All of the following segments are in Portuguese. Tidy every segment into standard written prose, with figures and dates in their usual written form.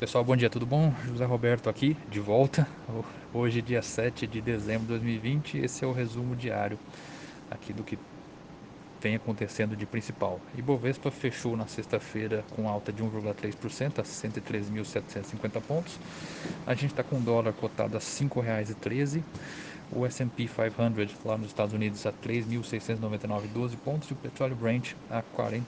Pessoal, bom dia, tudo bom? José Roberto aqui, de volta. Hoje, dia 7 de dezembro de 2020, esse é o resumo diário aqui do que vem acontecendo de principal. Ibovespa fechou na sexta-feira com alta de 1,3% a 103.750 pontos. A gente está com o dólar cotado a R$ 5,13. O S&P 500 lá nos Estados Unidos a 3.699,12 pontos e o petróleo Brent a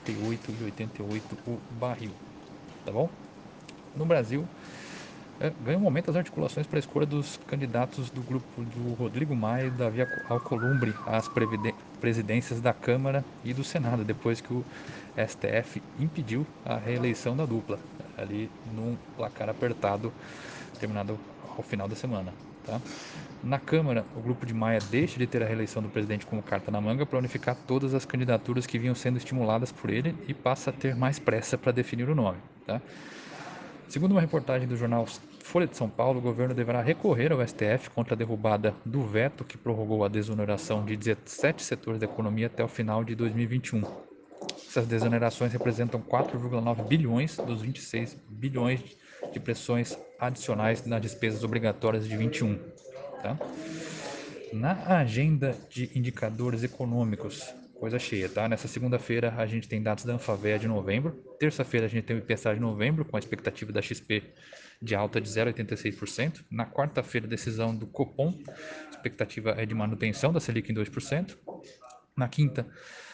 48,88 o barril. Tá bom? No Brasil, ganha um momento as articulações para a escolha dos candidatos do grupo do Rodrigo Maia e Davi Alcolumbre às presidências da Câmara e do Senado, depois que o STF impediu a reeleição da dupla, ali num placar apertado, terminado ao final da semana. Tá? Na Câmara, o grupo de Maia deixa de ter a reeleição do presidente como carta na manga para unificar todas as candidaturas que vinham sendo estimuladas por ele e passa a ter mais pressa para definir o nome. Tá? Segundo uma reportagem do jornal Folha de São Paulo, o governo deverá recorrer ao STF contra a derrubada do veto que prorrogou a desoneração de 17 setores da economia até o final de 2021. Essas desonerações representam 4,9 bilhões dos 26 bilhões de pressões adicionais nas despesas obrigatórias de 21. Tá? Na agenda de indicadores econômicos, coisa cheia, tá? Nessa segunda-feira a gente tem dados da Anfavea de novembro. Terça-feira a gente tem o IPCA de novembro, com a expectativa da XP de alta de 0,86%. Na quarta-feira, decisão do Copom, expectativa é de manutenção da Selic em 2%. Na quinta,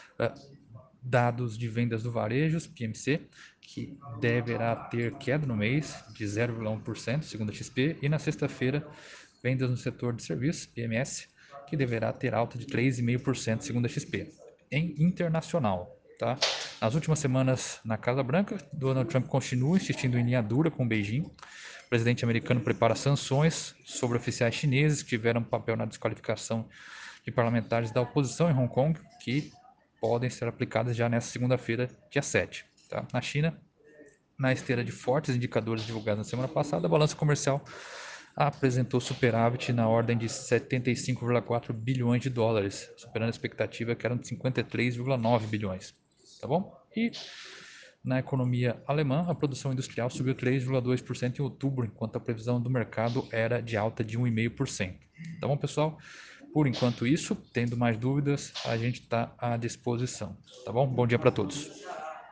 dados de vendas do varejo, PMC, que deverá ter queda no mês de 0,1%, segundo a XP. E na sexta-feira, vendas no setor de serviços, PMS, que deverá ter alta de 3,5%, segundo a XP. Em internacional, tá? Nas últimas semanas na Casa Branca, Donald Trump continua insistindo em linha dura com Beijing. O presidente americano prepara sanções sobre oficiais chineses que tiveram papel na desqualificação de parlamentares da oposição em Hong Kong, que podem ser aplicadas já nesta segunda-feira, dia 7. Tá? Na China, na esteira de fortes indicadores divulgados na semana passada, a balança comercial apresentou superávit na ordem de 75,4 bilhões de dólares, superando a expectativa que eram de 53,9 bilhões. Tá bom? E na economia alemã, a produção industrial subiu 3,2% em outubro, enquanto a previsão do mercado era de alta de 1,5%. Tá bom, pessoal? Por enquanto isso, tendo mais dúvidas, a gente está à disposição. Tá bom? Bom dia para todos.